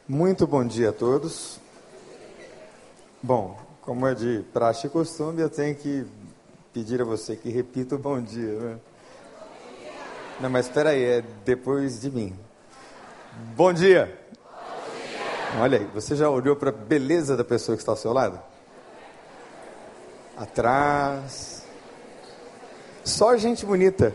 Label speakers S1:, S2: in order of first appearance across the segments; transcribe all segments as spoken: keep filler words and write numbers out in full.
S1: Muito bom dia a todos. Bom, como é de praxe e costume, eu tenho que pedir a você que repita o bom dia, né? Não, mas espera aí, é depois de mim. Bom dia.
S2: Bom dia.
S1: Olha aí, você já olhou para a beleza da pessoa que está ao seu lado? Atrás. Só gente bonita.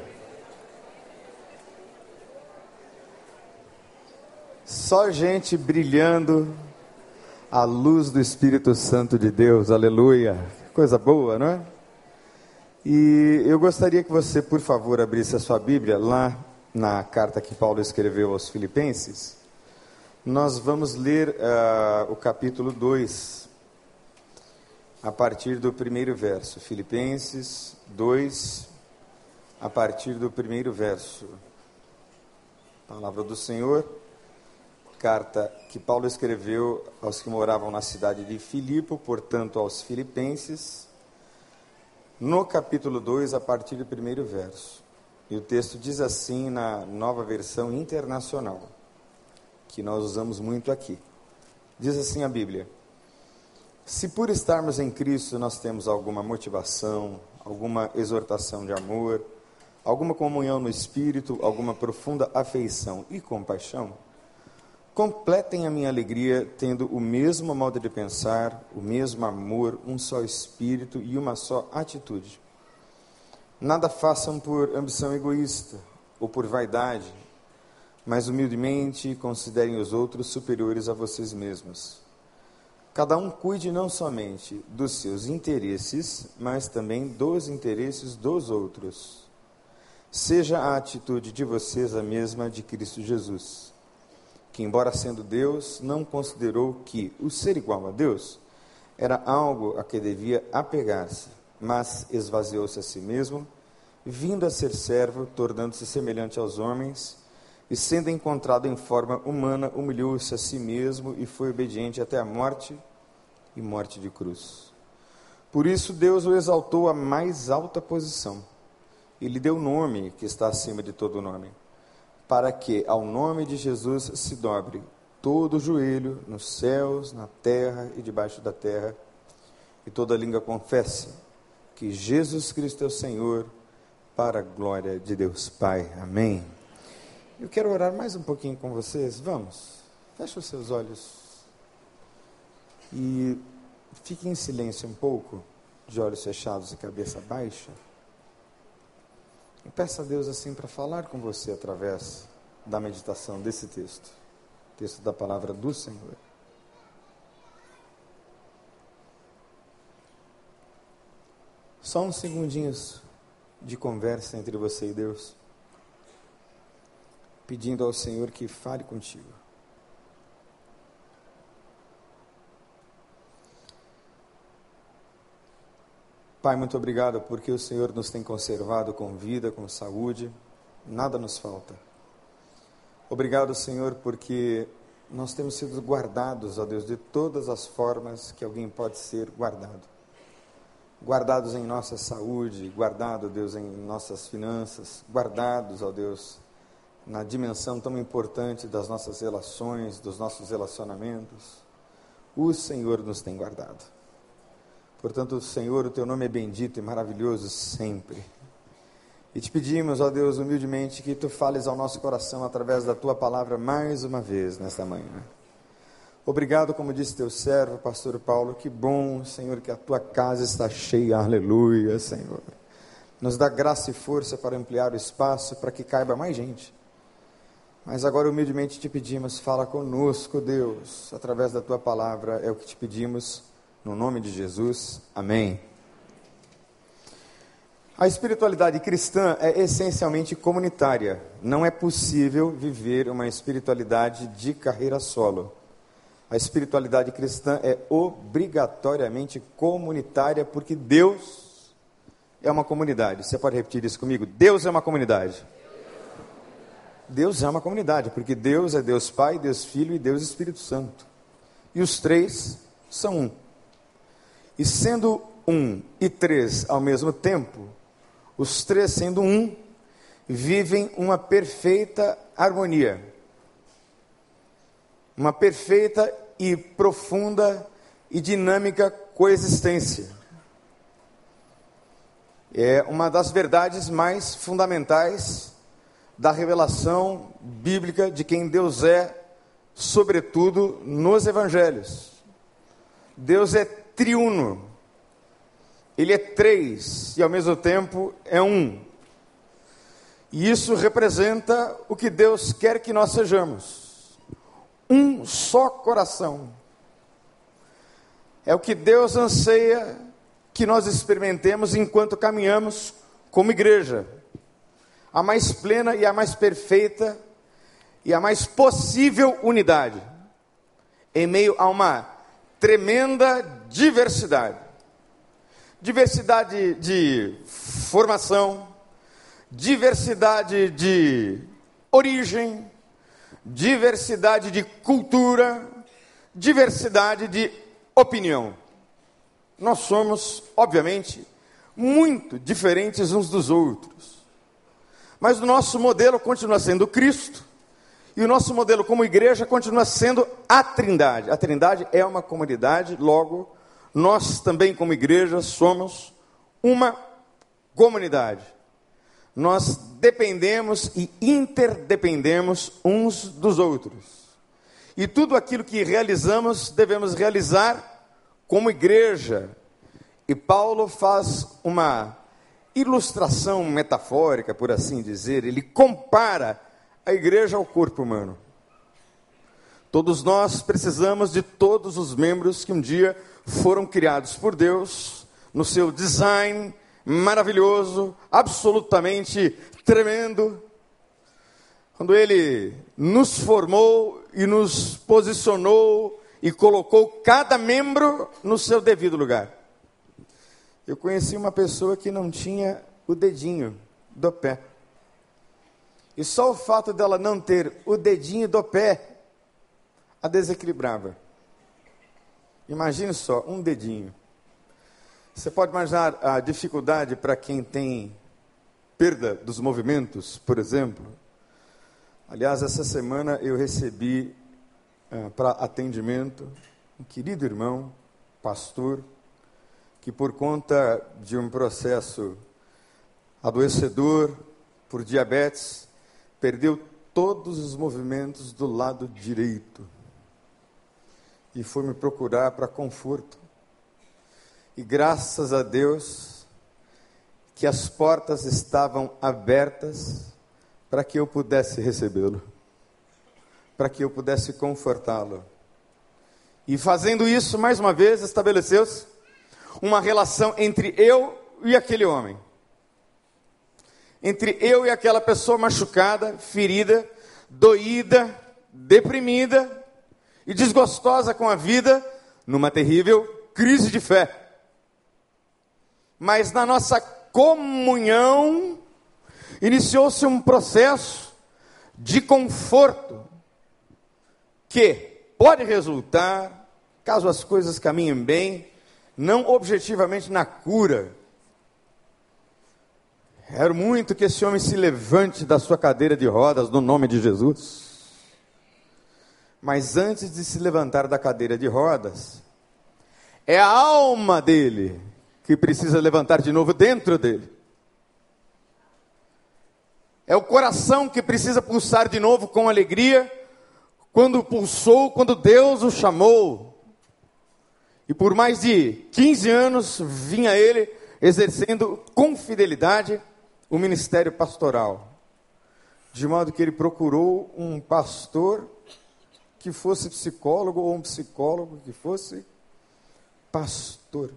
S1: Só gente brilhando a luz do Espírito Santo de Deus, aleluia, coisa boa, não é? E eu gostaria que você, por favor, abrisse a sua Bíblia lá na carta que Paulo escreveu aos Filipenses. Nós vamos ler uh, o capítulo dois, a partir do primeiro verso. Filipenses dois, a partir do primeiro verso. Palavra do Senhor. Carta que Paulo escreveu aos que moravam na cidade de Filipo, portanto aos filipenses, no capítulo dois, a partir do primeiro verso. E o texto diz assim na Nova Versão Internacional, que nós usamos muito aqui. Diz assim a Bíblia: se por estarmos em Cristo nós temos alguma motivação, alguma exortação de amor, alguma comunhão no Espírito, alguma profunda afeição e compaixão, completem a minha alegria tendo o mesmo modo de pensar, o mesmo amor, um só espírito e uma só atitude. Nada façam por ambição egoísta ou por vaidade, mas humildemente considerem os outros superiores a vocês mesmos. Cada um cuide não somente dos seus interesses, mas também dos interesses dos outros. Seja a atitude de vocês a mesma de Cristo Jesus, que, embora sendo Deus, não considerou que o ser igual a Deus era algo a que devia apegar-se, mas esvaziou-se a si mesmo, vindo a ser servo, tornando-se semelhante aos homens, e sendo encontrado em forma humana, humilhou-se a si mesmo e foi obediente até a morte e morte de cruz. Por isso Deus o exaltou à mais alta posição e lhe deu o nome que está acima de todo nome, para que ao nome de Jesus se dobre todo o joelho, nos céus, na terra e debaixo da terra, e toda língua confesse que Jesus Cristo é o Senhor, para a glória de Deus Pai. Amém. Eu quero orar mais um pouquinho com vocês. Vamos, feche os seus olhos e fique em silêncio um pouco, de olhos fechados e cabeça baixa. E peça a Deus assim para falar com você através da meditação desse texto, texto da palavra do Senhor. Só uns segundinhos de conversa entre você e Deus, pedindo ao Senhor que fale contigo. Pai, muito obrigado porque o Senhor nos tem conservado com vida, com saúde, nada nos falta. Obrigado, Senhor, porque nós temos sido guardados, ó Deus, de todas as formas que alguém pode ser guardado. Guardados em nossa saúde, guardados, Deus, em nossas finanças, guardados, ó Deus, na dimensão tão importante das nossas relações, dos nossos relacionamentos. O Senhor nos tem guardado. Portanto, Senhor, o Teu nome é bendito e maravilhoso sempre. E te pedimos, ó Deus, humildemente, que Tu fales ao nosso coração através da Tua palavra mais uma vez nesta manhã. Obrigado, como disse Teu servo, pastor Paulo, que bom, Senhor, que a Tua casa está cheia, aleluia, Senhor. Nos dá graça e força para ampliar o espaço, para que caiba mais gente. Mas agora, humildemente, te pedimos, fala conosco, Deus, através da Tua palavra, é o que te pedimos. No nome de Jesus, amém. A espiritualidade cristã é essencialmente comunitária. Não é possível viver uma espiritualidade de carreira solo. A espiritualidade cristã é obrigatoriamente comunitária, porque Deus é uma comunidade. Você pode repetir isso comigo? Deus é uma comunidade. Deus é uma comunidade, porque Deus é Deus Pai, Deus Filho e Deus Espírito Santo. E os três são um. E sendo um e três ao mesmo tempo, os três sendo um, vivem uma perfeita harmonia. uma perfeita e profunda e dinâmica coexistência. É uma das verdades mais fundamentais da revelação bíblica de quem Deus é, sobretudo nos evangelhos. Deus é triuno, Ele é três e ao mesmo tempo é um. E isso representa o que Deus quer que nós sejamos, um só coração. É o que Deus anseia que nós experimentemos enquanto caminhamos como igreja, a mais plena e a mais perfeita e a mais possível unidade, em meio a uma tremenda diversidade. Diversidade de formação, diversidade de origem, diversidade de cultura, diversidade de opinião. Nós somos, obviamente, muito diferentes uns dos outros. Mas o nosso modelo continua sendo Cristo, e o nosso modelo como igreja continua sendo a Trindade. A Trindade é uma comunidade, logo, nós também como igreja somos uma comunidade. Nós dependemos e interdependemos uns dos outros. E tudo aquilo que realizamos, devemos realizar como igreja. E Paulo faz uma ilustração metafórica, por assim dizer. Ele compara a igreja ao corpo humano. Todos nós precisamos de todos os membros que um dia foram criados por Deus, no seu design maravilhoso, absolutamente tremendo. Quando Ele nos formou e nos posicionou e colocou cada membro no seu devido lugar. Eu conheci uma pessoa que não tinha o dedinho do pé. E só o fato dela não ter o dedinho do pé a desequilibrava. Imagine só, um dedinho. Você pode imaginar a dificuldade para quem tem perda dos movimentos, por exemplo. Aliás, essa semana eu recebi uh, para atendimento um querido irmão, pastor, que por conta de um processo adoecedor por diabetes, perdeu todos os movimentos do lado direito. E foi me procurar para conforto. E graças a Deus, que as portas estavam abertas para que eu pudesse recebê-lo, para que eu pudesse confortá-lo. E fazendo isso, mais uma vez, estabeleceu-se uma relação entre eu e aquele homem. Entre eu e aquela pessoa machucada, ferida, doída, deprimida e desgostosa com a vida, numa terrível crise de fé. Mas na nossa comunhão, iniciou-se um processo de conforto, que pode resultar, caso as coisas caminhem bem, não objetivamente na cura. Quero muito que esse homem se levante da sua cadeira de rodas, no nome de Jesus. Mas antes de se levantar da cadeira de rodas, é a alma dele que precisa levantar de novo dentro dele. É o coração que precisa pulsar de novo com alegria, quando pulsou, quando Deus o chamou. E por mais de quinze anos, vinha ele exercendo com fidelidade o ministério pastoral. De modo que ele procurou um pastor que fosse psicólogo, ou um psicólogo que fosse pastor.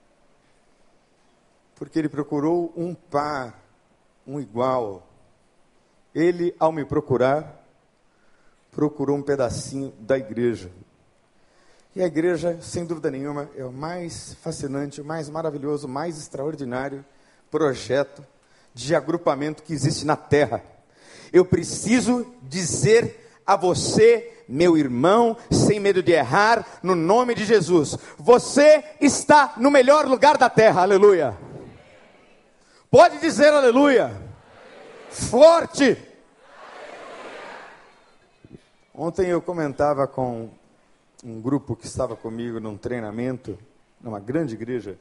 S1: Porque ele procurou um par, um igual. Ele, ao me procurar, procurou um pedacinho da igreja. E a igreja, sem dúvida nenhuma, é o mais fascinante, o mais maravilhoso, o mais extraordinário projeto de agrupamento que existe na terra. Eu preciso dizer a você, meu irmão, sem medo de errar, no nome de Jesus, você está no melhor lugar da terra, aleluia. Pode dizer aleluia. Forte. Ontem eu comentava com um grupo que estava comigo num treinamento, numa grande igreja,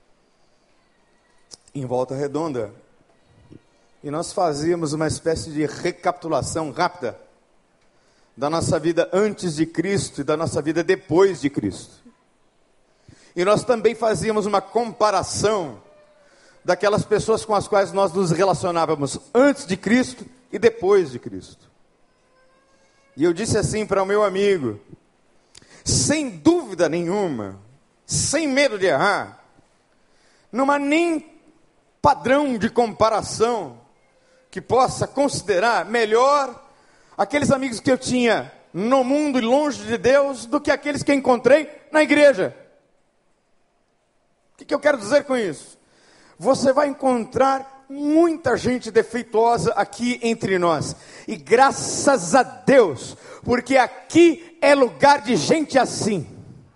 S1: em Volta Redonda, e nós fazíamos uma espécie de recapitulação rápida da nossa vida antes de Cristo e da nossa vida depois de Cristo. E nós também fazíamos uma comparação daquelas pessoas com as quais nós nos relacionávamos antes de Cristo e depois de Cristo. E eu disse assim para o meu amigo, sem dúvida nenhuma, sem medo de errar, não há nem padrão de comparação que possa considerar melhor aqueles amigos que eu tinha no mundo e longe de Deus do que aqueles que eu encontrei na igreja. O que, que eu quero dizer com isso? Você vai encontrar muita gente defeituosa aqui entre nós. E graças a Deus, porque aqui é lugar de gente assim.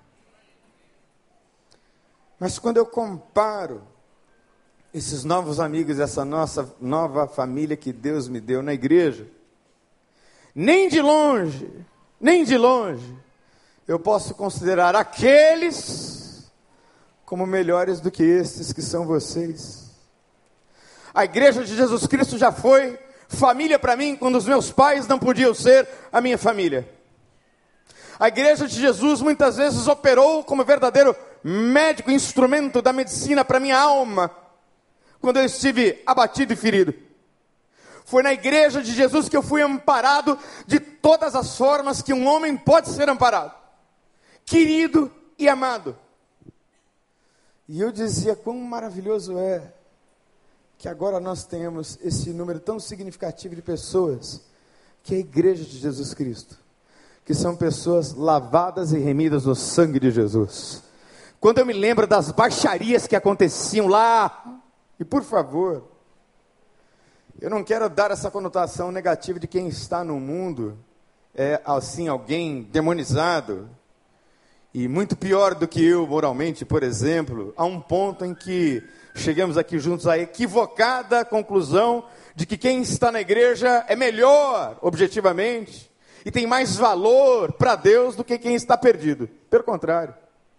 S1: Mas quando eu comparo esses novos amigos, essa nossa nova família que Deus me deu na igreja, nem de longe, nem de longe, eu posso considerar aqueles como melhores do que estes que são vocês. A igreja de Jesus Cristo já foi família para mim quando os meus pais não podiam ser a minha família. A igreja de Jesus muitas vezes operou como verdadeiro médico, instrumento da medicina para minha alma, quando eu estive abatido e ferido. Foi na igreja de Jesus que eu fui amparado de todas as formas que um homem pode ser amparado, querido e amado. E eu dizia, quão maravilhoso é que agora nós temos esse número tão significativo de pessoas, que é a igreja de Jesus Cristo, que são pessoas lavadas e remidas no sangue de Jesus. Quando eu me lembro das baixarias que aconteciam lá, e por favor, eu não quero dar essa conotação negativa de quem está no mundo, é assim, alguém demonizado, e muito pior do que eu moralmente, por exemplo, a um ponto em que chegamos aqui juntos à equivocada conclusão de que quem está na igreja é melhor, objetivamente, e tem mais valor para Deus do que quem está perdido. Pelo contrário,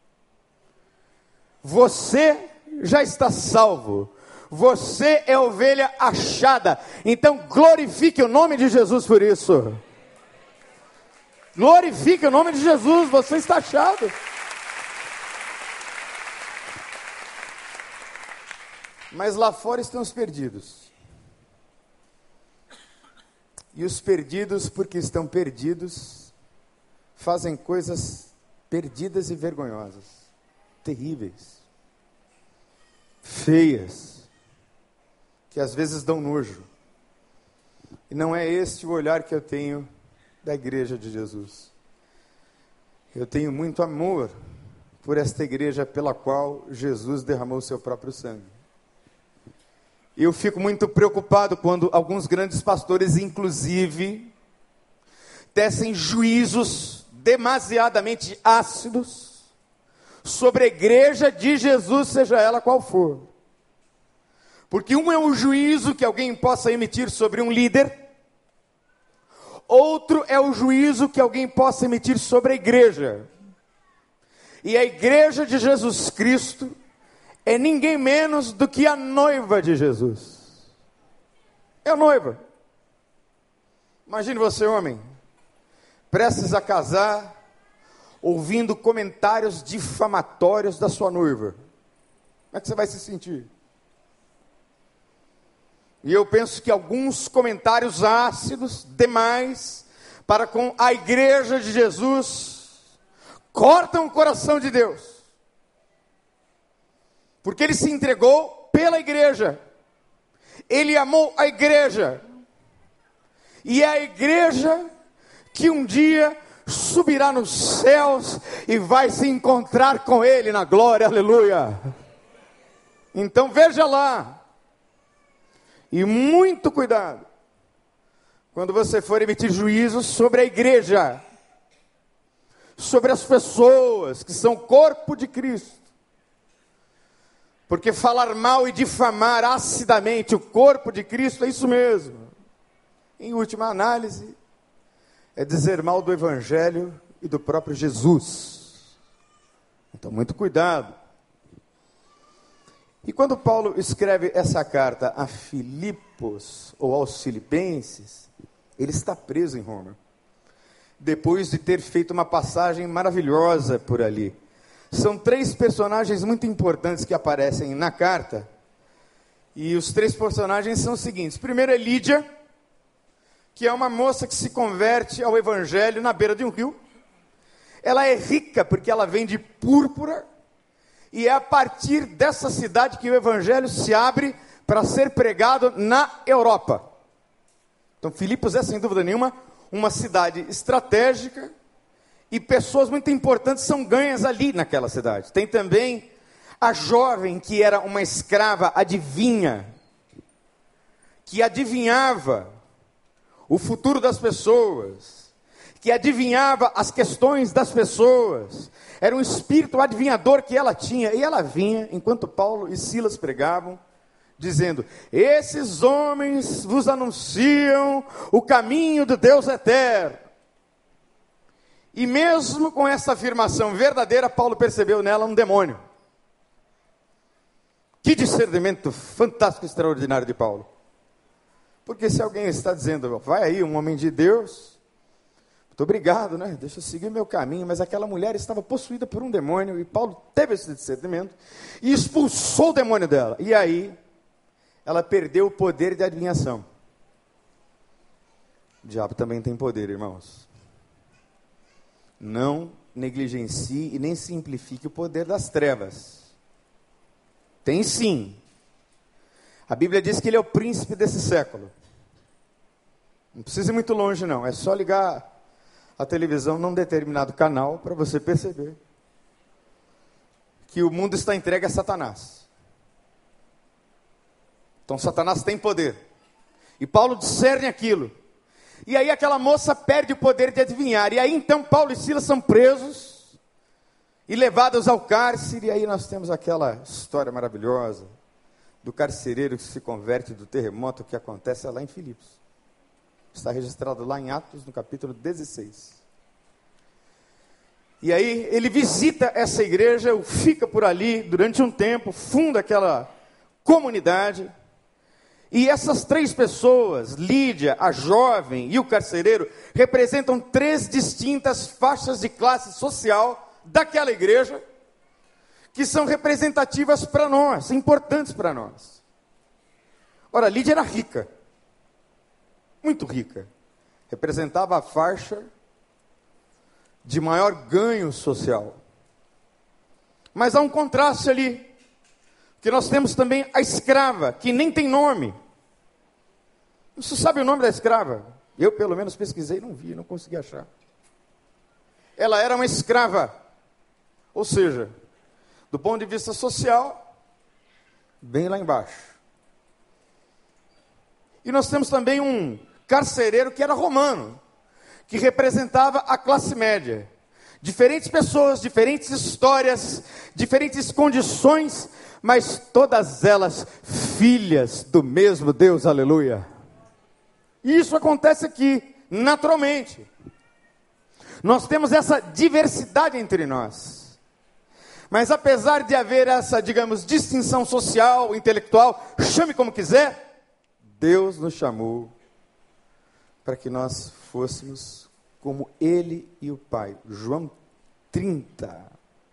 S1: você já está salvo, você é ovelha achada, então glorifique o nome de Jesus por isso. Glorifique o nome de Jesus, você está achado. Mas lá fora estão os perdidos. E os perdidos, porque estão perdidos, fazem coisas perdidas e vergonhosas, terríveis, feias, que às vezes dão nojo. E não é este o olhar que eu tenho da igreja de Jesus. Eu tenho muito amor por esta igreja pela qual Jesus derramou o seu próprio sangue. Eu fico muito preocupado quando alguns grandes pastores, inclusive, tecem juízos demasiadamente ácidos sobre a igreja de Jesus, seja ela qual for. Porque um é o juízo que alguém possa emitir sobre um líder, outro é o juízo que alguém possa emitir sobre a igreja. E a igreja de Jesus Cristo é ninguém menos do que a noiva de Jesus. É a noiva. Imagine você, homem, prestes a casar, ouvindo comentários difamatórios da sua noiva. Como é que você vai se sentir? E eu penso que alguns comentários ácidos demais para com a igreja de Jesus cortam o coração de Deus. Porque Ele se entregou pela igreja. Ele amou a igreja. E é a igreja que um dia subirá nos céus e vai se encontrar com Ele na glória, aleluia. Então veja lá. E muito cuidado quando você for emitir juízos sobre a igreja, sobre as pessoas que são corpo de Cristo. Porque falar mal e difamar acidamente o corpo de Cristo é isso mesmo. Em última análise, é dizer mal do Evangelho e do próprio Jesus. Então, muito cuidado. E quando Paulo escreve essa carta a Filipos, ou aos Filipenses, ele está preso em Roma, depois de ter feito uma passagem maravilhosa por ali. São três personagens muito importantes que aparecem na carta, e os três personagens são os seguintes. Primeiro é Lídia, que é uma moça que se converte ao Evangelho na beira de um rio. Ela é rica porque ela vende púrpura, e é a partir dessa cidade que o Evangelho se abre para ser pregado na Europa. Então, Filipos é, sem dúvida nenhuma, uma cidade estratégica, e pessoas muito importantes são ganhas ali naquela cidade. Tem também a jovem que era uma escrava adivinha, que adivinhava o futuro das pessoas, que adivinhava as questões das pessoas. Era um espírito adivinhador que ela tinha, e ela vinha, enquanto Paulo e Silas pregavam, dizendo: esses homens vos anunciam o caminho do Deus eterno. E mesmo com essa afirmação verdadeira, Paulo percebeu nela um demônio. Que discernimento fantástico, extraordinário de Paulo. Porque se alguém está dizendo, vai aí, um homem de Deus, muito obrigado, né? Deixa eu seguir meu caminho. Mas aquela mulher estava possuída por um demônio, e Paulo teve esse discernimento, e expulsou o demônio dela. E aí, ela perdeu o poder de adivinhação. O diabo também tem poder, irmãos. Não negligencie e nem simplifique o poder das trevas. Tem sim. A Bíblia diz que ele é o príncipe desse século. Não precisa ir muito longe não, é só ligar a televisão num determinado canal para você perceber que o mundo está entregue a Satanás. Então Satanás tem poder. E Paulo discerne aquilo. E aí aquela moça perde o poder de adivinhar. E aí então Paulo e Silas são presos e levados ao cárcere. E aí nós temos aquela história maravilhosa do carcereiro que se converte, do terremoto que acontece lá em Filipos. Está registrado lá em Atos, no capítulo dezesseis. E aí ele visita essa igreja, fica por ali durante um tempo, funda aquela comunidade. E essas três pessoas, Lídia, a jovem e o carcereiro, representam três distintas faixas de classe social daquela igreja, que são representativas para nós, importantes para nós. Ora, Lídia era rica, muito rica, representava a faixa de maior ganho social. Mas há um contraste ali, que nós temos também a escrava, que nem tem nome. Você sabe o nome da escrava? Eu, pelo menos, pesquisei e não vi, não consegui achar. Ela era uma escrava, ou seja, do ponto de vista social, bem lá embaixo. E nós temos também um carcereiro que era romano, que representava a classe média. Diferentes pessoas, diferentes histórias, diferentes condições, mas todas elas filhas do mesmo Deus, aleluia. E isso acontece aqui, naturalmente. Nós temos essa diversidade entre nós. Mas apesar de haver essa, digamos, distinção social, intelectual, chame como quiser, Deus nos chamou para que nós fôssemos como Ele e o Pai. João trinta.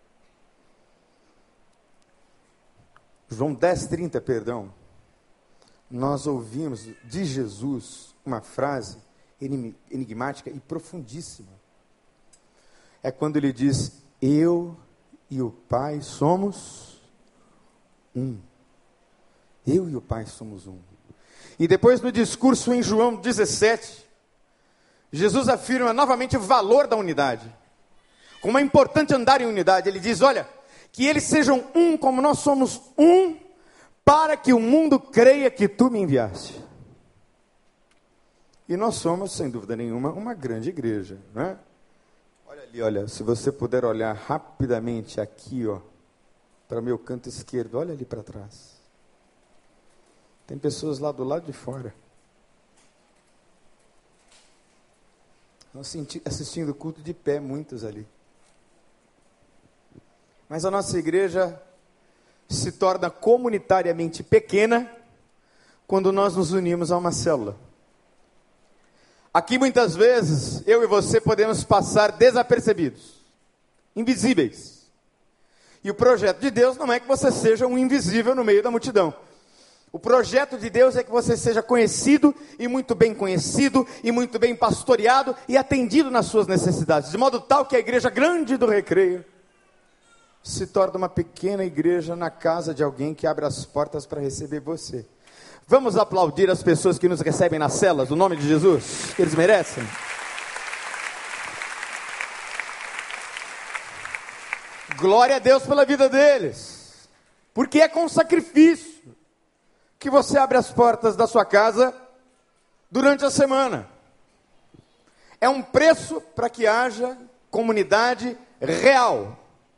S1: João dez, trinta, perdão. Nós ouvimos de Jesus uma frase enigmática e profundíssima. É quando ele diz, eu e o Pai somos um. Eu e o Pai somos um. E depois no discurso em João dezessete, Jesus afirma novamente o valor da unidade. Como é importante andar em unidade. Ele diz, olha, que eles sejam um como nós somos um, para que o mundo creia que tu me enviaste. E nós somos, sem dúvida nenhuma, uma grande igreja, não é? Olha ali, olha, se você puder olhar rapidamente aqui, ó, para o meu canto esquerdo, olha ali para trás. Tem pessoas lá do lado de fora. assistindo o culto de pé, muitos ali. Mas a nossa igreja se torna comunitariamente pequena quando nós nos unimos a uma célula. Aqui muitas vezes, eu e você podemos passar desapercebidos, invisíveis. E o projeto de Deus não é que você seja um invisível no meio da multidão. O projeto de Deus é que você seja conhecido, e muito bem conhecido, e muito bem pastoreado, e atendido nas suas necessidades, de modo tal que a igreja grande do Recreio se torna uma pequena igreja na casa de alguém que abre as portas para receber você. Vamos aplaudir as pessoas que nos recebem nas celas, no nome de Jesus, que eles merecem. Glória a Deus pela vida deles, porque é com sacrifício que você abre as portas da sua casa durante a semana. É um preço para que haja comunidade real.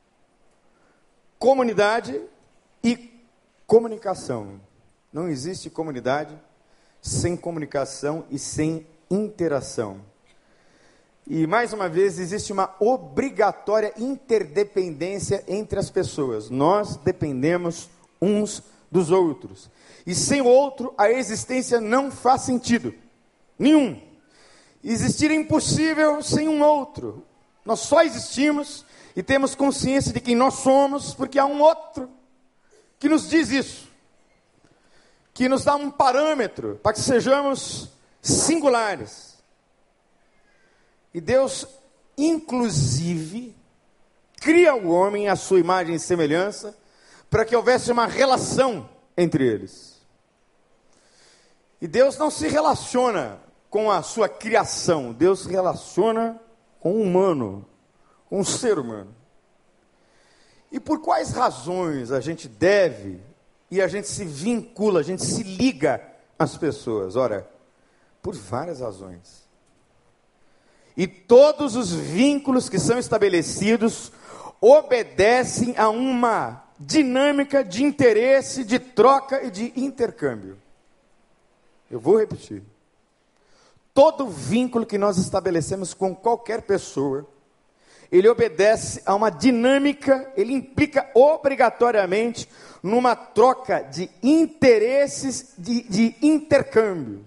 S1: Comunidade e comunicação. Não existe comunidade sem comunicação e sem interação. E mais uma vez, existe uma obrigatória interdependência entre as pessoas. Nós dependemos uns dos outros. E sem o outro, a existência não faz sentido nenhum. Existir é impossível sem um outro. Nós só existimos e temos consciência de quem nós somos porque há um outro que nos diz isso, que nos dá um parâmetro para que sejamos singulares. E Deus, inclusive, cria o homem à sua imagem e semelhança para que houvesse uma relação entre eles. E Deus não se relaciona com a sua criação, Deus se relaciona com o humano, com o ser humano. E por quais razões a gente deve e a gente se vincula, a gente se liga às pessoas? Ora, por várias razões. E todos os vínculos que são estabelecidos obedecem a uma dinâmica de interesse, de troca e de intercâmbio. Eu vou repetir. Todo vínculo que nós estabelecemos com qualquer pessoa, ele obedece a uma dinâmica, ele implica obrigatoriamente numa troca de interesses, de, de intercâmbios.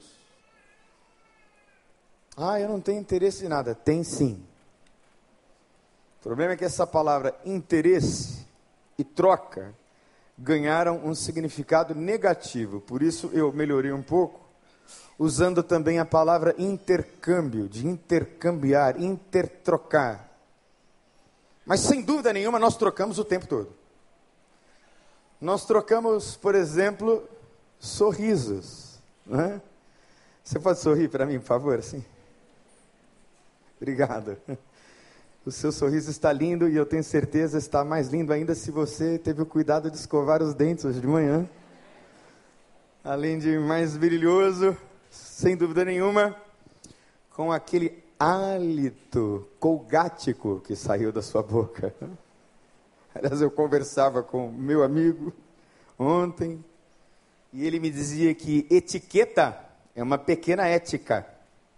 S1: Ah, eu não tenho interesse em nada. Tem sim. O problema é que essa palavra interesse e troca ganharam um significado negativo. Por isso eu melhorei um pouco, usando também a palavra intercâmbio, de intercambiar, intertrocar. Mas sem dúvida nenhuma nós trocamos o tempo todo. Nós trocamos, por exemplo, sorrisos, não é? Você pode sorrir para mim, por favor, assim? Obrigado. O seu sorriso está lindo e eu tenho certeza está mais lindo ainda se você teve o cuidado de escovar os dentes hoje de manhã. Além de mais brilhoso, sem dúvida nenhuma, com aquele hálito colgático que saiu da sua boca. Aliás, eu conversava com meu amigo ontem, e ele me dizia que etiqueta é uma pequena ética.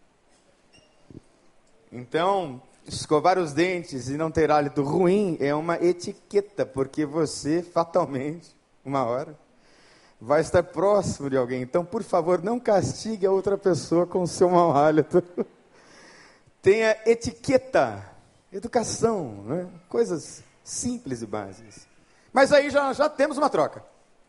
S1: Então, escovar os dentes e não ter hálito ruim é uma etiqueta, porque você, fatalmente, uma hora, vai estar próximo de alguém. Então, por favor, não castigue a outra pessoa com o seu mau hálito. Tenha etiqueta, educação, né? Coisas simples e básicas. Mas aí já, já temos uma troca.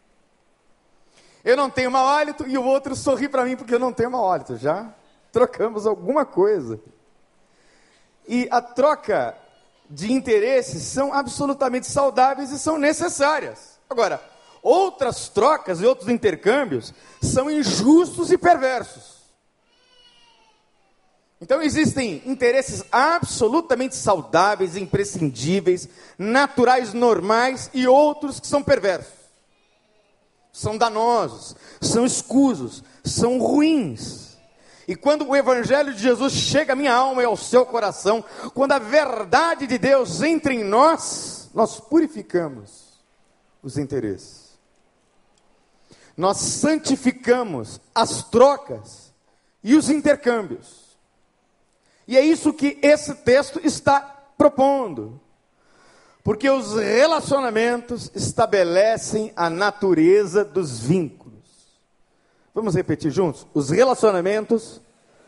S1: Eu não tenho mau hálito e o outro sorri para mim porque eu não tenho mau hálito. Já trocamos alguma coisa. E a troca de interesses são absolutamente saudáveis e são necessárias. Agora, outras trocas e outros intercâmbios são injustos e perversos. Então existem interesses absolutamente saudáveis, imprescindíveis, naturais, normais, e outros que são perversos. São danosos, são escusos, são ruins. E quando o Evangelho de Jesus chega à minha alma e ao seu coração, quando a verdade de Deus entra em nós, nós purificamos os interesses. Nós santificamos as trocas e os intercâmbios. E é isso que esse texto está propondo. Porque os relacionamentos estabelecem a natureza dos vínculos. Vamos repetir juntos? Os relacionamentos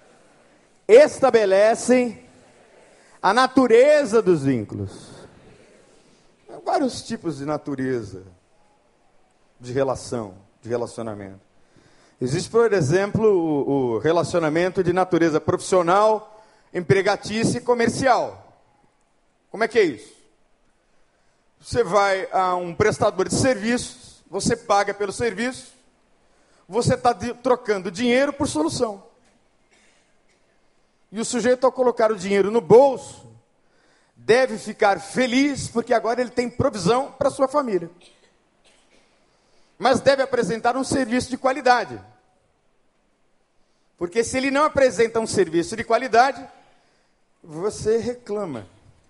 S1: estabelecem a natureza dos vínculos. Há vários tipos de natureza, de relação, de relacionamento. Existe, por exemplo, o, o relacionamento de natureza profissional, empregatícia e comercial. Como é que é isso? Você vai a um prestador de serviços, você paga pelo serviço, você está trocando dinheiro por solução. E o sujeito, ao colocar o dinheiro no bolso, deve ficar feliz, porque agora ele tem provisão para a sua família. Mas deve apresentar um serviço de qualidade. Porque se ele não apresenta um serviço de qualidade, você reclama.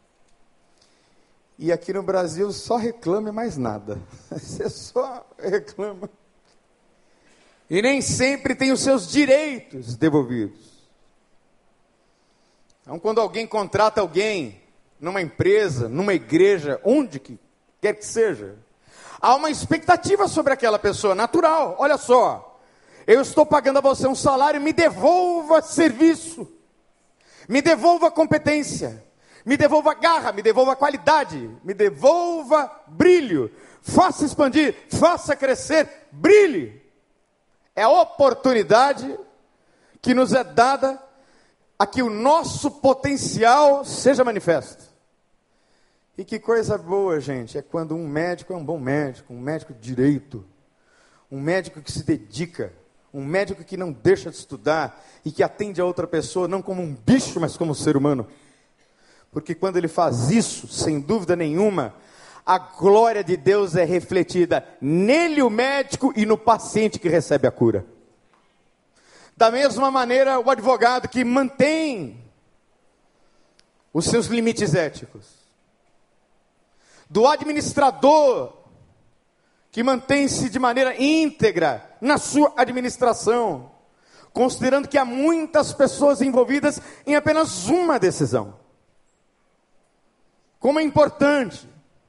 S1: E aqui no Brasil só reclama e mais nada. Você só reclama. E nem sempre tem os seus direitos devolvidos. Então, quando alguém contrata alguém numa empresa, numa igreja, onde que quer que seja, há uma expectativa sobre aquela pessoa, natural. Olha só, eu estou pagando a você um salário, me devolva serviço, me devolva competência, me devolva garra, me devolva qualidade, me devolva brilho, faça expandir, faça crescer, brilhe. É a oportunidade que nos é dada a que o nosso potencial seja manifesto. E que coisa boa, gente, é quando um médico é um bom médico, um médico de direito, um médico que se dedica, um médico que não deixa de estudar e que atende a outra pessoa não como um bicho, mas como um ser humano. Porque quando ele faz isso, sem dúvida nenhuma, a glória de Deus é refletida nele, o médico, e no paciente que recebe a cura. Da mesma maneira, o advogado que mantém os seus limites éticos, do administrador que mantém-se de maneira íntegra na sua administração, considerando que há muitas pessoas envolvidas em apenas uma decisão. Como é importante.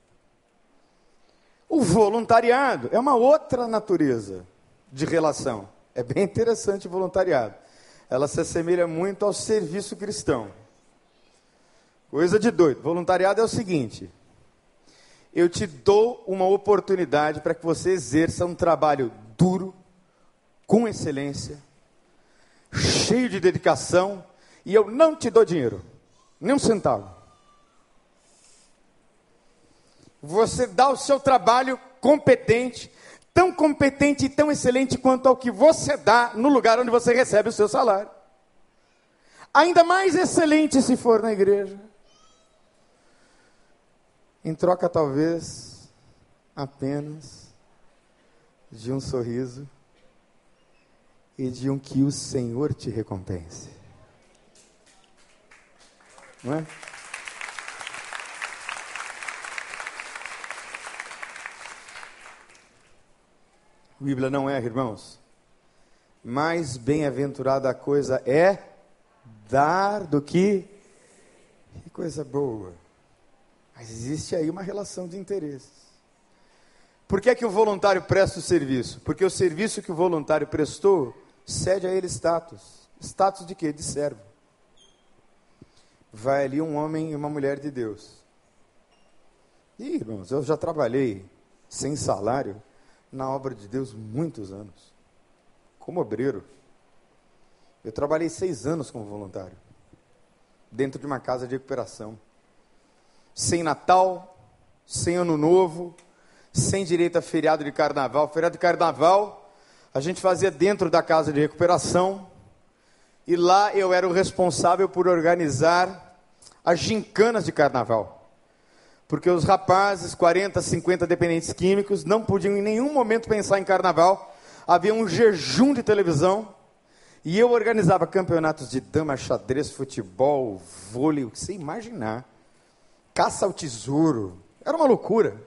S1: O voluntariado é uma outra natureza de relação. É bem interessante o voluntariado. Ela se assemelha muito ao serviço cristão. Coisa de doido. Voluntariado é o seguinte: eu te dou uma oportunidade para que você exerça um trabalho duro, com excelência, cheio de dedicação, e eu não te dou dinheiro, nem um centavo. Você dá o seu trabalho competente, tão competente e tão excelente quanto ao que você dá no lugar onde você recebe o seu salário. Ainda mais excelente se for na igreja. Em troca, talvez, apenas de um sorriso e de um que o Senhor te recompense. Não é? A Bíblia não erra, irmãos. Mais bem-aventurada a coisa é dar do que... Que coisa boa. Mas existe aí uma relação de interesses. Por que é que o voluntário presta o serviço? Porque o serviço que o voluntário prestou cede a ele status. Status de quê? De servo. Vai ali um homem e uma mulher de Deus. Ih, irmãos, eu já trabalhei sem salário na obra de Deus muitos anos, como obreiro. Eu trabalhei seis anos como voluntário, dentro de uma casa de recuperação, sem Natal, sem Ano Novo, sem direito a feriado de carnaval. Feriado de carnaval, a gente fazia dentro da casa de recuperação, e lá eu era o responsável por organizar as gincanas de carnaval. Porque os rapazes, quarenta, cinquenta dependentes químicos, não podiam em nenhum momento pensar em carnaval. Havia um jejum de televisão. E eu organizava campeonatos de dama, xadrez, futebol, vôlei, o que você imaginar. Caça ao tesouro. Era uma loucura.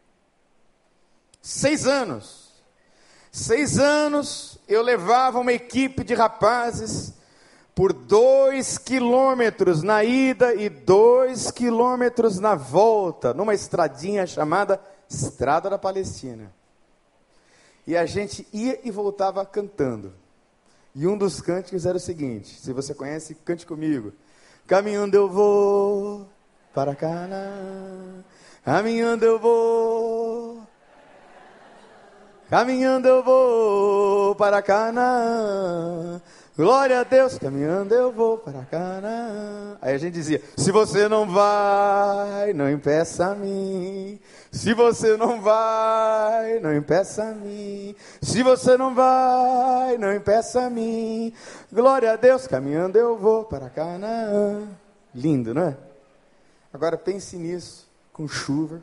S1: Seis anos. Seis anos eu levava uma equipe de rapazes por dois quilômetros na ida e dois quilômetros na volta, numa estradinha chamada Estrada da Palestina. E a gente ia e voltava cantando. E um dos cânticos era o seguinte, se você conhece, cante comigo. Caminhando eu vou para Canaã, caminhando eu vou, caminhando eu vou para Canaã, glória a Deus, caminhando eu vou para Canaã. Aí a gente dizia, se você não vai, não impeça a mim. Se você não vai, não impeça a mim. Se você não vai, não impeça a mim. Glória a Deus, caminhando eu vou para Canaã. Lindo, não é? Agora pense nisso, com chuva,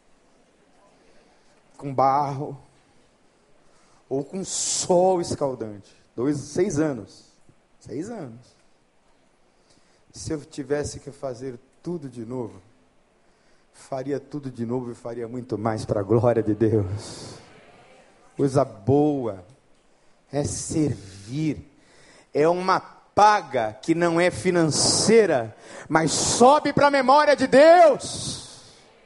S1: com barro, ou com sol escaldante. Dois, seis anos. Seis anos. Se eu tivesse que fazer tudo de novo, faria tudo de novo e faria muito mais para a glória de Deus. Coisa boa é servir. É uma paga que não é financeira, mas sobe para a memória de Deus.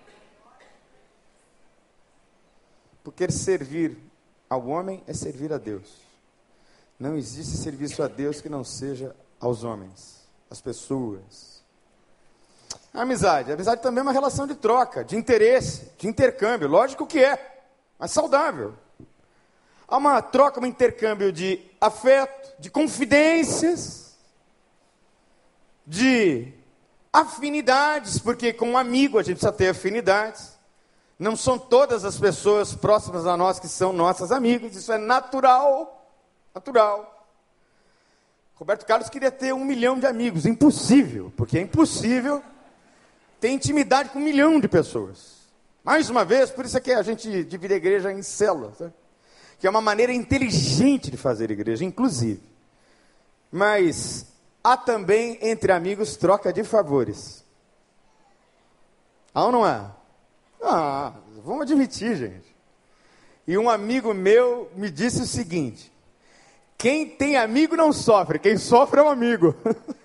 S1: Porque servir ao homem é servir a Deus. Não existe serviço a Deus que não seja aos homens, às pessoas. A amizade. A amizade também é uma relação de troca, de interesse, de intercâmbio. Lógico que é, mas saudável. Há uma troca, um intercâmbio de afeto, de confidências, de afinidades, porque com um amigo a gente precisa ter afinidades. Não são todas as pessoas próximas a nós que são nossas amigas, isso é natural, natural. Roberto Carlos queria ter um milhão de amigos, impossível, porque é impossível ter intimidade com um milhão de pessoas. Mais uma vez, por isso é que a gente divide a igreja em células, né? Que é uma maneira inteligente de fazer igreja, inclusive. Mas há também, entre amigos, troca de favores. Há ou não há? Ah, vamos admitir, gente. E um amigo meu me disse o seguinte: quem tem amigo não sofre, quem sofre é um amigo.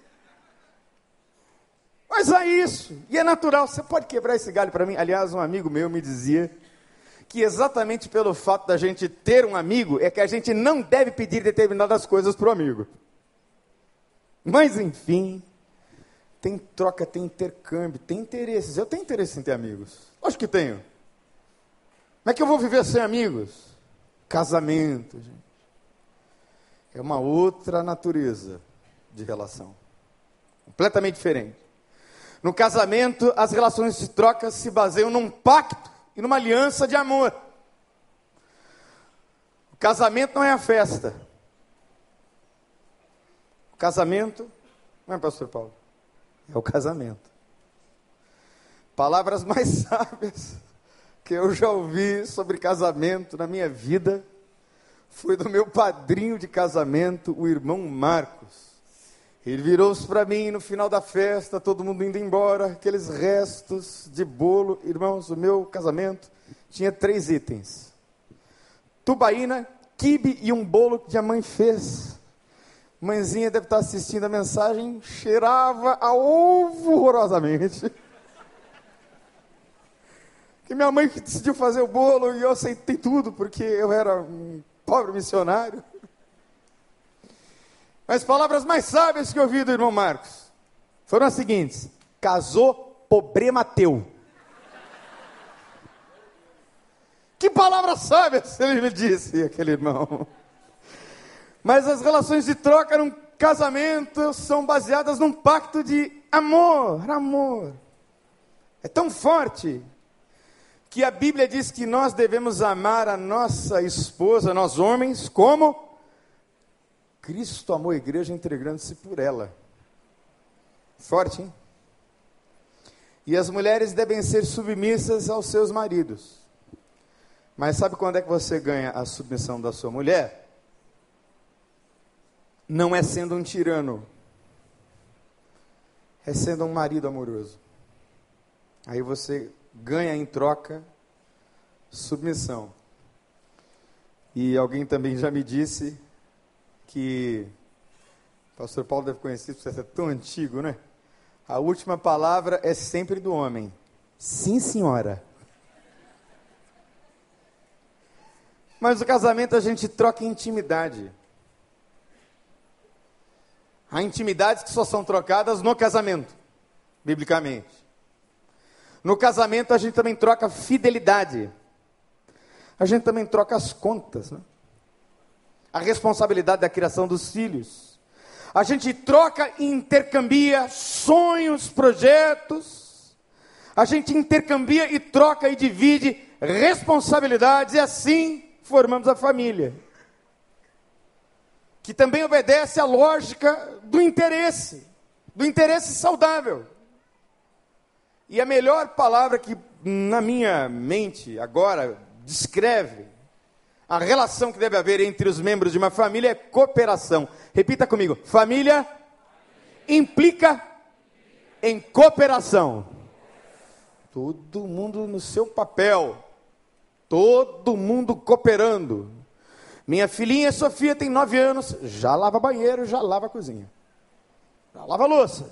S1: Mas é isso, e é natural. Você pode quebrar esse galho para mim? Aliás, um amigo meu me dizia que exatamente pelo fato da gente ter um amigo, é que a gente não deve pedir determinadas coisas para o amigo. Mas, enfim, tem troca, tem intercâmbio, tem interesses. Eu tenho interesse em ter amigos. Lógico que tenho. Como é que eu vou viver sem amigos? Casamento, gente. É uma outra natureza de relação. Completamente diferente. No casamento, as relações de troca se baseiam num pacto e numa aliança de amor. O casamento não é a festa. O casamento, não é, pastor Paulo? É o casamento. Palavras mais sábias que eu já ouvi sobre casamento na minha vida foi do meu padrinho de casamento, o irmão Marcos. Ele virou-se para mim no final da festa, todo mundo indo embora, aqueles restos de bolo. Irmãos, o meu casamento tinha três itens: tubaína, quibe e um bolo que a mãe fez. Mãezinha deve estar assistindo a mensagem, cheirava a ovo horrorosamente. Que minha mãe decidiu fazer o bolo e eu aceitei tudo, porque eu era um pobre missionário. Mas palavras mais sábias que eu ouvi do irmão Marcos foram as seguintes: casou, problema teu. Que palavras sábias ele me disse, aquele irmão. Mas as relações de troca num casamento são baseadas num pacto de amor, amor. É tão forte que a Bíblia diz que nós devemos amar a nossa esposa, nós homens, como Cristo amou a igreja entregando-se por ela. Forte, hein? E as mulheres devem ser submissas aos seus maridos. Mas sabe quando é que você ganha a submissão da sua mulher? Não é sendo um tirano, é sendo um marido amoroso. Aí você ganha em troca submissão. E alguém também já me disse que pastor Paulo deve conhecer, porque você é tão antigo, né? A última palavra é sempre do homem. Sim, senhora. Mas no casamento a gente troca intimidade. Há intimidades que só são trocadas no casamento, biblicamente. No casamento a gente também troca fidelidade. A gente também troca as contas, né? A responsabilidade da criação dos filhos. A gente troca e intercambia sonhos, projetos. A gente intercambia e troca e divide responsabilidades e assim formamos a família, que também obedece à lógica do interesse, do interesse saudável. E a melhor palavra que na minha mente agora descreve a relação que deve haver entre os membros de uma família é cooperação. Repita comigo: família implica em cooperação. Todo mundo no seu papel. Todo mundo cooperando. Minha filhinha Sofia tem nove anos, já lava banheiro, já lava a cozinha, já lava a louça.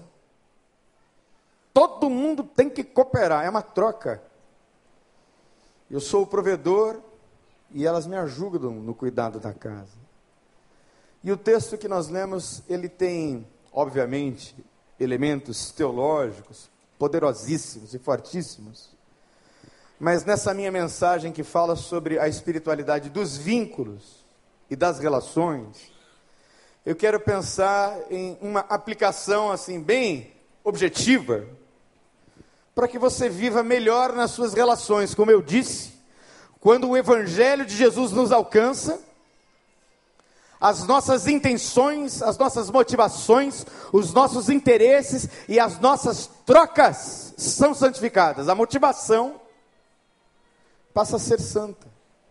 S1: Todo mundo tem que cooperar, é uma troca. Eu sou o provedor e elas me ajudam no cuidado da casa. E o texto que nós lemos, ele tem, obviamente, elementos teológicos poderosíssimos e fortíssimos. Mas nessa minha mensagem que fala sobre a espiritualidade dos vínculos e das relações, eu quero pensar em uma aplicação assim bem objetiva, para que você viva melhor nas suas relações. Como eu disse, quando o Evangelho de Jesus nos alcança, as nossas intenções, as nossas motivações, os nossos interesses e as nossas trocas são santificadas. A motivação passa a ser santa.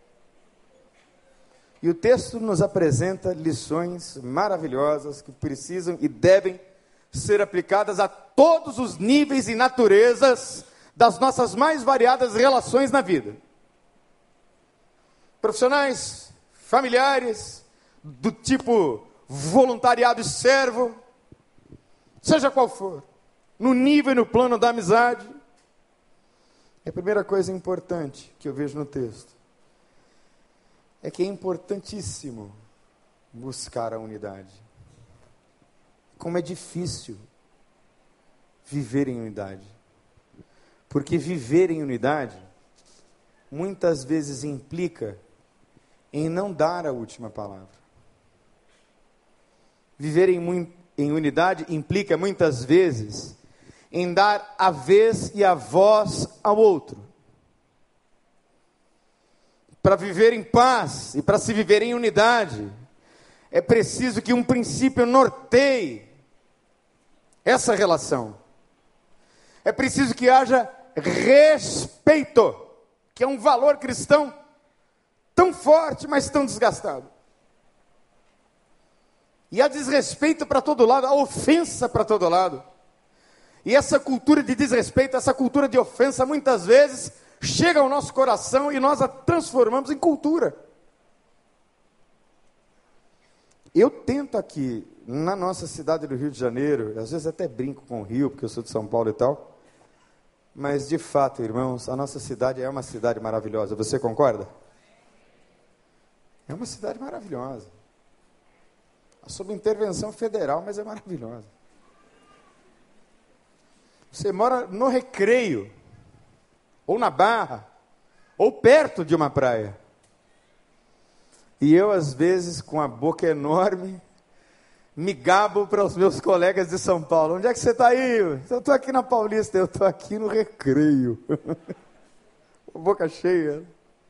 S1: E o texto nos apresenta lições maravilhosas que precisam e devem ser aplicadas a todos os níveis e naturezas das nossas mais variadas relações na vida. Profissionais, familiares, do tipo voluntariado e servo, seja qual for, no nível e no plano da amizade. A primeira coisa importante que eu vejo no texto é que é importantíssimo buscar a unidade. Como é difícil viver em unidade. Porque viver em unidade muitas vezes implica em não dar a última palavra. Viver em, em unidade implica muitas vezes em dar a vez e a voz ao outro. Para viver em paz e para se viver em unidade, é preciso que um princípio norteie essa relação. É preciso que haja respeito, que é um valor cristão tão forte, mas tão desgastado. E há desrespeito para todo lado, há ofensa para todo lado. E essa cultura de desrespeito, essa cultura de ofensa, muitas vezes chega ao nosso coração e nós a transformamos em cultura. Eu tento aqui, na nossa cidade do Rio de Janeiro, às vezes até brinco com o Rio, porque eu sou de São Paulo e tal, mas de fato, irmãos, a nossa cidade é uma cidade maravilhosa. Você concorda? É uma cidade maravilhosa. Sob intervenção federal, mas é maravilhosa. Você mora no Recreio, ou na Barra, ou perto de uma praia. E eu, às vezes, com a boca enorme, me gabo para os meus colegas de São Paulo. Onde é que você está aí? Eu estou aqui na Paulista, eu estou aqui no Recreio. Boca cheia.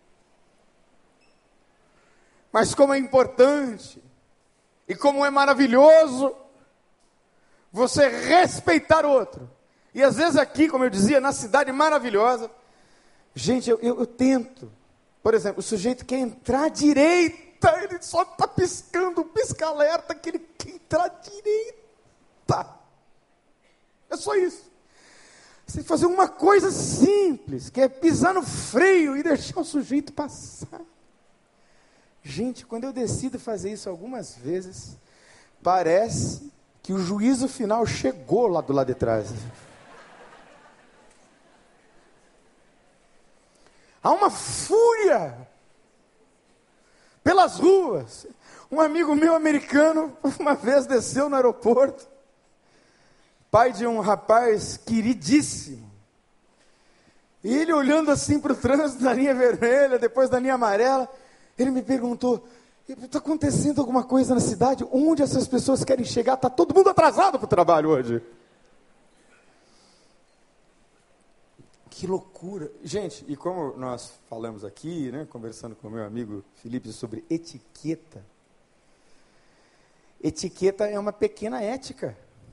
S1: Mas como é importante, e como é maravilhoso, você respeitar o outro. E às vezes aqui, como eu dizia, na cidade maravilhosa, gente, eu, eu, eu tento. Por exemplo, o sujeito quer entrar à direita, ele só está piscando, pisca-alerta que ele quer entrar à direita. É só isso. Você tem que fazer uma coisa simples, que é pisar no freio e deixar o sujeito passar. Gente, quando eu decido fazer isso algumas vezes, parece que o juízo final chegou lá do lado de trás. Há uma fúria pelas ruas. Um amigo meu americano, uma vez desceu no aeroporto, pai de um rapaz queridíssimo, e ele olhando assim para o trânsito da linha vermelha, depois da linha amarela, ele me perguntou: está acontecendo alguma coisa na cidade? Onde essas pessoas querem chegar? Está todo mundo atrasado para o trabalho hoje. Que loucura. Gente, e como nós falamos aqui, né, conversando com o meu amigo Felipe sobre etiqueta, etiqueta é uma pequena ética.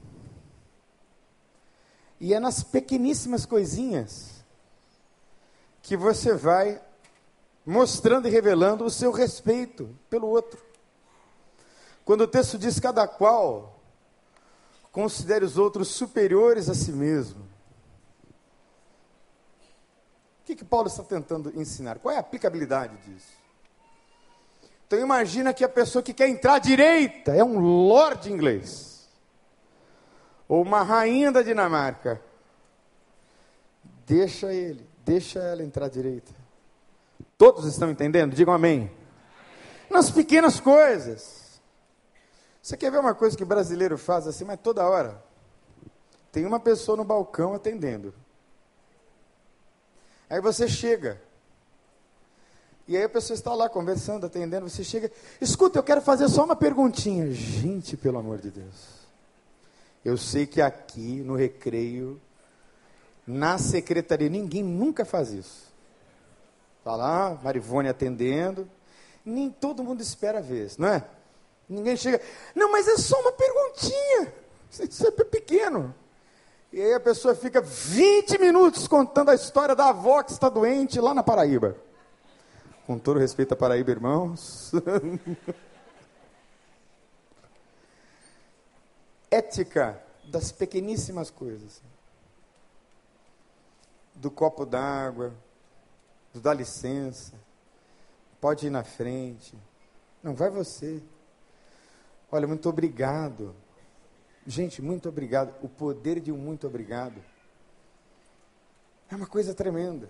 S1: E é nas pequeníssimas coisinhas que você vai mostrando e revelando o seu respeito pelo outro. Quando o texto diz: cada qual considere os outros superiores a si mesmo. O que que Paulo está tentando ensinar? Qual é a aplicabilidade disso? Então imagina que a pessoa que quer entrar à direita é um lord inglês, ou uma rainha da Dinamarca. Deixa ele, deixa ela entrar à direita. Todos estão entendendo? Digam amém. Nas pequenas coisas. Você quer ver uma coisa que o brasileiro faz assim, mas toda hora? Tem uma pessoa no balcão atendendo. Aí você chega, e aí a pessoa está lá conversando, atendendo, você chega: escuta, eu quero fazer só uma perguntinha. Gente, pelo amor de Deus, eu sei que aqui no recreio, na secretaria, ninguém nunca faz isso. Está lá, Marivone atendendo, nem todo mundo espera a vez, não é? Ninguém chega: não, mas é só uma perguntinha, isso é pequeno. E aí a pessoa fica vinte minutos contando a história da avó que está doente lá na Paraíba. Com todo respeito à Paraíba, irmãos. Ética das pequeníssimas coisas. Do copo d'água, do dá licença, pode ir na frente. Não, vai você. Olha, muito obrigado. Gente, muito obrigado. O poder de um muito obrigado é uma coisa tremenda.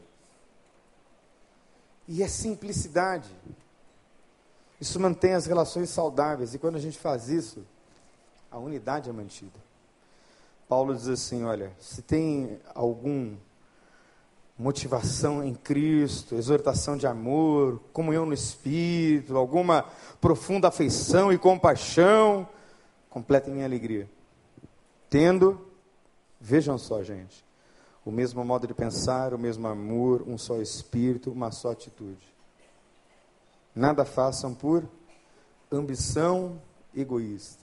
S1: E é simplicidade. Isso mantém as relações saudáveis. E quando a gente faz isso, a unidade é mantida. Paulo diz assim: olha, se tem alguma motivação em Cristo, exortação de amor, comunhão no Espírito, alguma profunda afeição e compaixão, completem minha alegria. Tendo, vejam só, gente, o mesmo modo de pensar, o mesmo amor, um só Espírito, uma só atitude. Nada façam por ambição egoísta.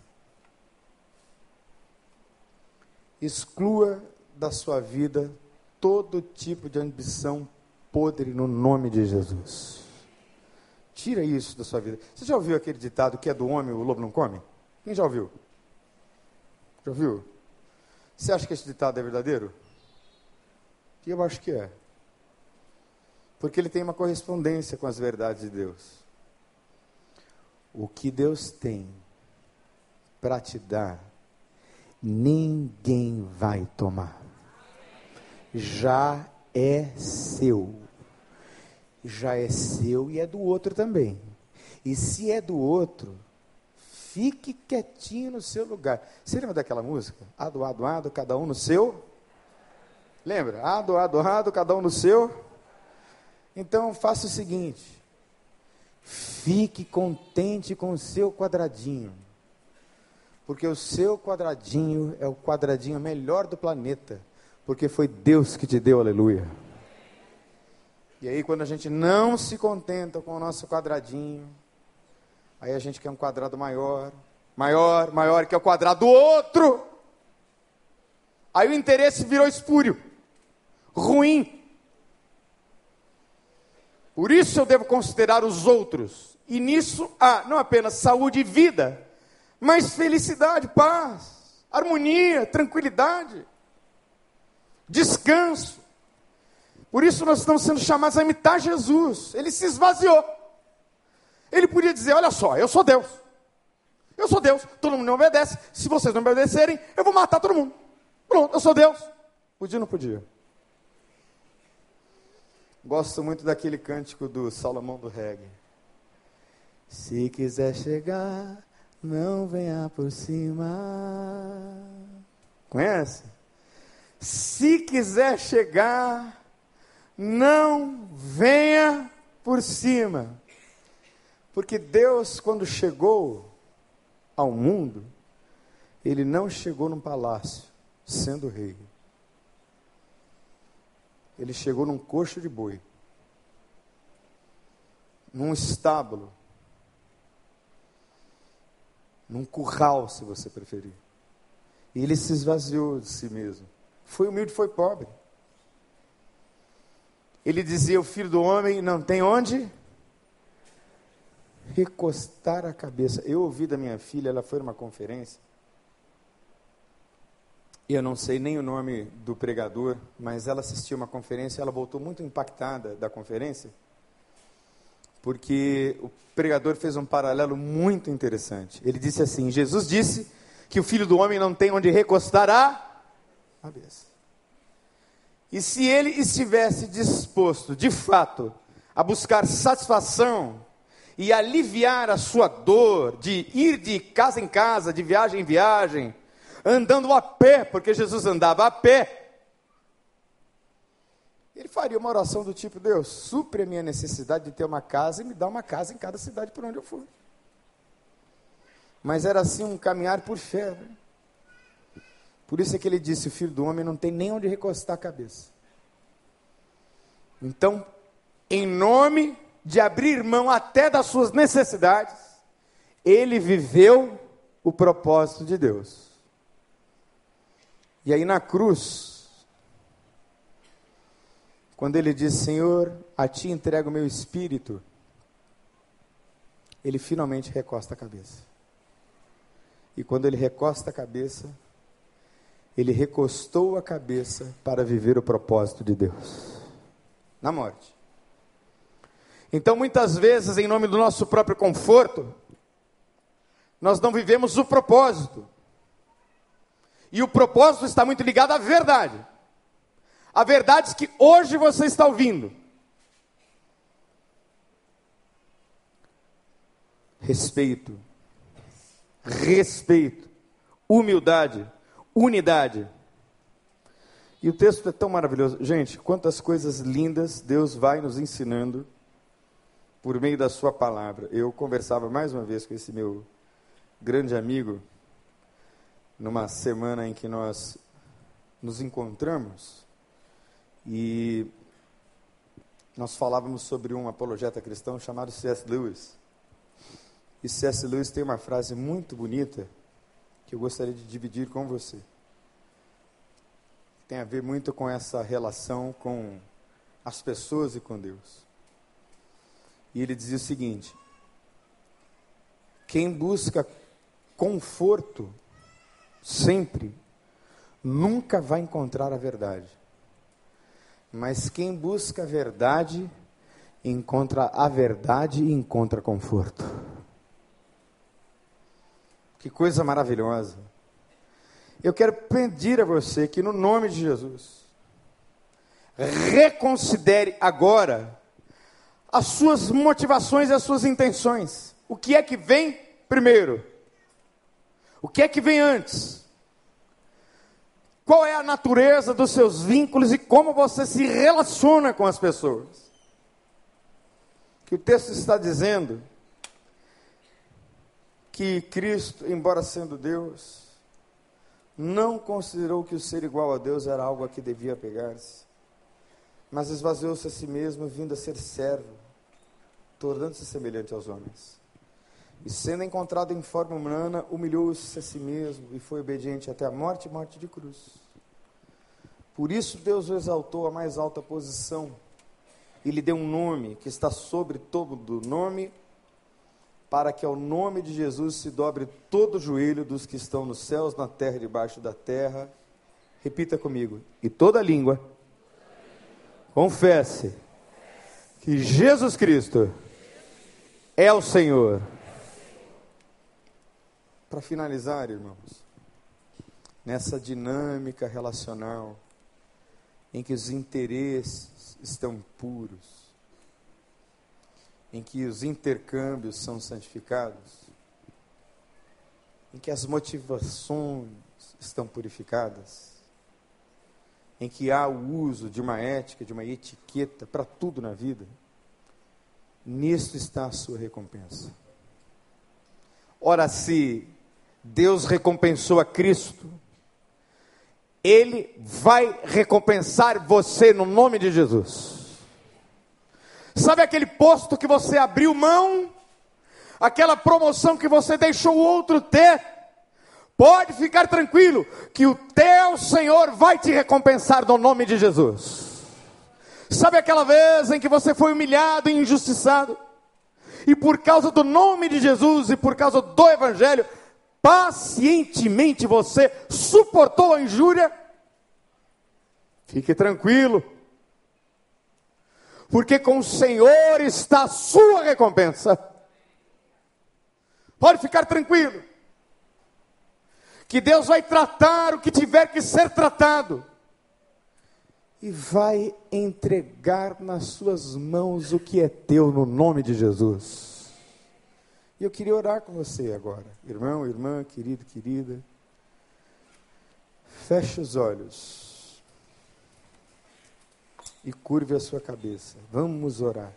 S1: Exclua da sua vida todo tipo de ambição podre no nome de Jesus. Tira isso da sua vida. Você já ouviu aquele ditado que é do homem, o lobo não come? Quem já ouviu? Já ouviu? Você acha que esse ditado é verdadeiro? Eu acho que é. Porque ele tem uma correspondência com as verdades de Deus. O que Deus tem para te dar, ninguém vai tomar. Já é seu. Já é seu e é do outro também. E se é do outro, fique quietinho no seu lugar. Você lembra daquela música? Ado, ado, ado, cada um no seu? Lembra? Ado, ado, ado, cada um no seu? Então faça o seguinte: fique contente com o seu quadradinho. Porque o seu quadradinho é o quadradinho melhor do planeta. Porque foi Deus que te deu, aleluia. E aí quando a gente não se contenta com o nosso quadradinho, aí a gente quer um quadrado maior, maior, maior, que é o quadrado do outro. Aí o interesse virou espúrio, ruim. Por isso eu devo considerar os outros. E nisso há não apenas saúde e vida, mas felicidade, paz, harmonia, tranquilidade, descanso. Por isso nós estamos sendo chamados a imitar Jesus. Ele se esvaziou. Ele podia dizer: olha só, eu sou Deus. Eu sou Deus, todo mundo me obedece. Se vocês não me obedecerem, eu vou matar todo mundo. Pronto, eu sou Deus. Podia ou não podia? Gosto muito daquele cântico do Salomão do reggae. Se quiser chegar, não venha por cima. Conhece? Se quiser chegar, não venha por cima. Porque Deus, quando chegou ao mundo, Ele não chegou num palácio, sendo rei. Ele chegou num coxo de boi, num estábulo, num curral, se você preferir. E Ele se esvaziou de si mesmo. Foi humilde, foi pobre. Ele dizia, o Filho do Homem não tem onde recostar a cabeça. Eu ouvi da minha filha, ela foi numa conferência, e eu não sei nem o nome do pregador, mas ela assistiu uma conferência, ela voltou muito impactada da conferência, porque o pregador fez um paralelo muito interessante. Ele disse assim, Jesus disse que o Filho do Homem não tem onde recostar a cabeça. E se ele estivesse disposto, de fato, a buscar satisfação e aliviar a sua dor, de ir de casa em casa, de viagem em viagem, andando a pé, porque Jesus andava a pé, ele faria uma oração do tipo, Deus, supre a minha necessidade de ter uma casa e me dá uma casa em cada cidade por onde eu for. Mas era assim um caminhar por fé, né? Por isso é que ele disse, o Filho do Homem não tem nem onde recostar a cabeça. Então, em nome de abrir mão até das suas necessidades, ele viveu o propósito de Deus. E aí na cruz, quando ele diz, Senhor, a ti entrego o meu espírito, ele finalmente recosta a cabeça. E quando ele recosta a cabeça, ele recostou a cabeça para viver o propósito de Deus, na morte. Então muitas vezes, em nome do nosso próprio conforto, nós não vivemos o propósito. E o propósito está muito ligado à verdade. A verdade que hoje você está ouvindo. Respeito. Respeito. Humildade. Unidade. E o texto é tão maravilhoso. Gente, quantas coisas lindas Deus vai nos ensinando por meio da sua palavra. Eu conversava mais uma vez com esse meu grande amigo, numa semana em que nós nos encontramos, e nós falávamos sobre um apologeta cristão chamado C S Lewis. E C S Lewis tem uma frase muito bonita, que eu gostaria de dividir com você. Tem a ver muito com essa relação com as pessoas e com Deus. E ele dizia o seguinte, quem busca conforto sempre, nunca vai encontrar a verdade. Mas quem busca a verdade, encontra a verdade e encontra conforto. Que coisa maravilhosa. Eu quero pedir a você que, no nome de Jesus, reconsidere agora as suas motivações e as suas intenções. O que é que vem primeiro? O que é que vem antes? Qual é a natureza dos seus vínculos e como você se relaciona com as pessoas? Que o texto está dizendo que Cristo, embora sendo Deus, não considerou que o ser igual a Deus era algo a que devia apegar-se, mas esvaziou-se a si mesmo, vindo a ser servo, tornando-se semelhante aos homens. E sendo encontrado em forma humana, humilhou-se a si mesmo e foi obediente até a morte e morte de cruz. Por isso Deus o exaltou à mais alta posição e lhe deu um nome que está sobre todo nome, para que ao nome de Jesus se dobre todo o joelho dos que estão nos céus, na terra e debaixo da terra. Repita comigo. E toda língua confesse que Jesus Cristo é o Senhor. para finalizar, irmãos, nessa dinâmica relacional, em que os interesses estão puros, em que os intercâmbios são santificados, em que as motivações estão purificadas, em que há o uso de uma ética, de uma etiqueta para tudo na vida, nisto está a sua recompensa. Ora, se Deus recompensou a Cristo, Ele vai recompensar você no nome de Jesus. Sabe aquele posto que você abriu mão? Aquela promoção que você deixou o outro ter? Pode ficar tranquilo, que o teu Senhor vai te recompensar no nome de Jesus. Sabe aquela vez em que você foi humilhado e injustiçado? E por causa do nome de Jesus e por causa do Evangelho, pacientemente você suportou a injúria? Fique tranquilo, porque com o Senhor está a sua recompensa. Pode ficar tranquilo, que Deus vai tratar o que tiver que ser tratado, e vai entregar nas suas mãos o que é teu no nome de Jesus. E eu queria orar com você agora, irmão, irmã, querido, querida. Feche os olhos e curve a sua cabeça. Vamos orar.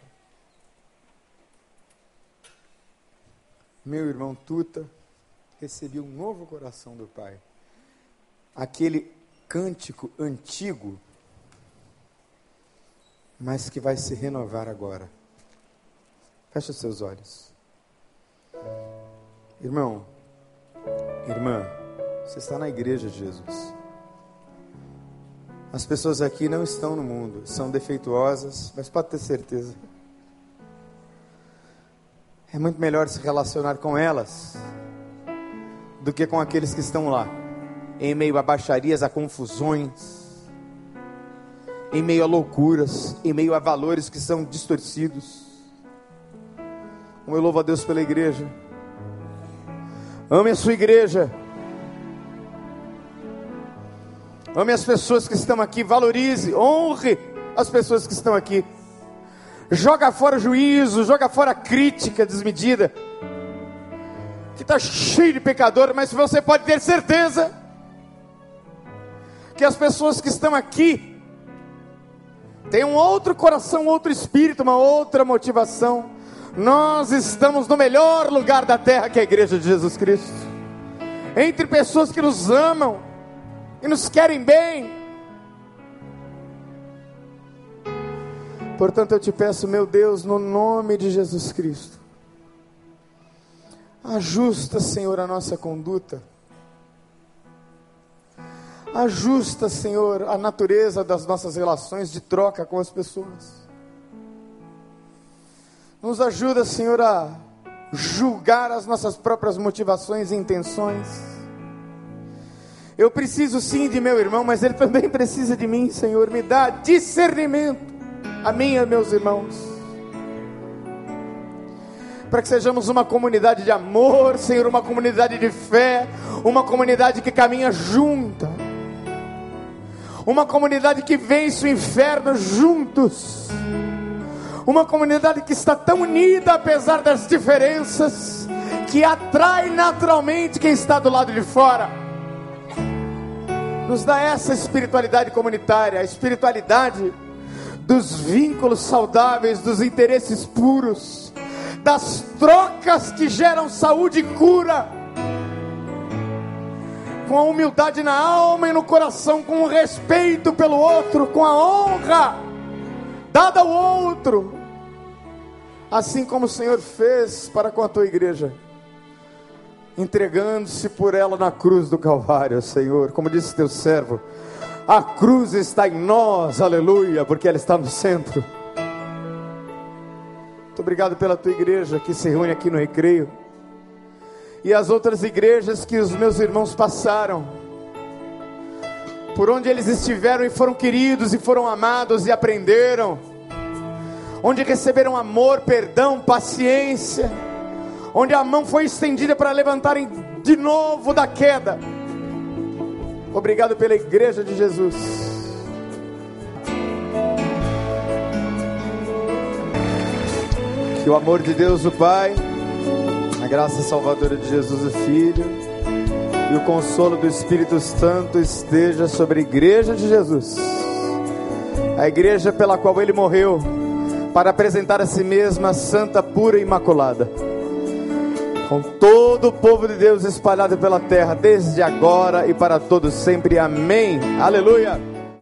S1: Meu irmão Tuta recebeu um novo coração do Pai. Aquele cântico antigo, mas que vai se renovar agora. Feche os seus olhos. Irmão, irmã, você está na igreja de Jesus. As pessoas aqui não estão no mundo, são defeituosas, mas pode ter certeza, é muito melhor se relacionar com elas do que com aqueles que estão lá, em meio a baixarias, a confusões, em meio a loucuras, em meio a valores que são distorcidos. Eu louvo a Deus pela igreja. Ame a sua igreja. Ame as pessoas que estão aqui, valorize, honre as pessoas que estão aqui. Joga fora o juízo, joga fora a crítica desmedida, que está cheio de pecador, mas você pode ter certeza que as pessoas que estão aqui têm um outro coração, outro espírito, uma outra motivação. Nós estamos no melhor lugar da terra, que é a igreja de Jesus Cristo, entre pessoas que nos amam e nos querem bem. Portanto, eu te peço, meu Deus, no nome de Jesus Cristo, ajusta, Senhor, a nossa conduta. Ajusta, Senhor, a natureza das nossas relações de troca com as pessoas. Nos ajuda, Senhor, a julgar as nossas próprias motivações e intenções. Eu preciso sim de meu irmão, mas ele também precisa de mim, Senhor. Me dá discernimento, a mim e a meus irmãos, para que sejamos uma comunidade de amor, Senhor, uma comunidade de fé, uma comunidade que caminha junta, uma comunidade que vence o inferno juntos, uma comunidade que está tão unida apesar das diferenças, que atrai naturalmente quem está do lado de fora. Nos dá essa espiritualidade comunitária, a espiritualidade dos vínculos saudáveis, dos interesses puros, das trocas que geram saúde e cura, com a humildade na alma e no coração, com o respeito pelo outro, com a honra dada ao outro, assim como o Senhor fez para com a tua igreja, entregando-se por ela na cruz do Calvário, Senhor. Como disse teu servo, a cruz está em nós, aleluia, porque ela está no centro. Muito obrigado pela tua igreja que se reúne aqui no Recreio, e as outras igrejas que os meus irmãos passaram, por onde eles estiveram e foram queridos e foram amados e aprenderam, onde receberam amor, perdão, paciência, onde a mão foi estendida para levantarem de novo da queda. Obrigado pela igreja de Jesus. Que o amor de Deus o Pai, a graça salvadora de Jesus o Filho e o consolo do Espírito Santo esteja sobre a igreja de Jesus, a igreja pela qual ele morreu, para apresentar a si mesma santa, pura e imaculada, com todo o povo de Deus espalhado pela terra, desde agora e para todos sempre. Amém. Aleluia.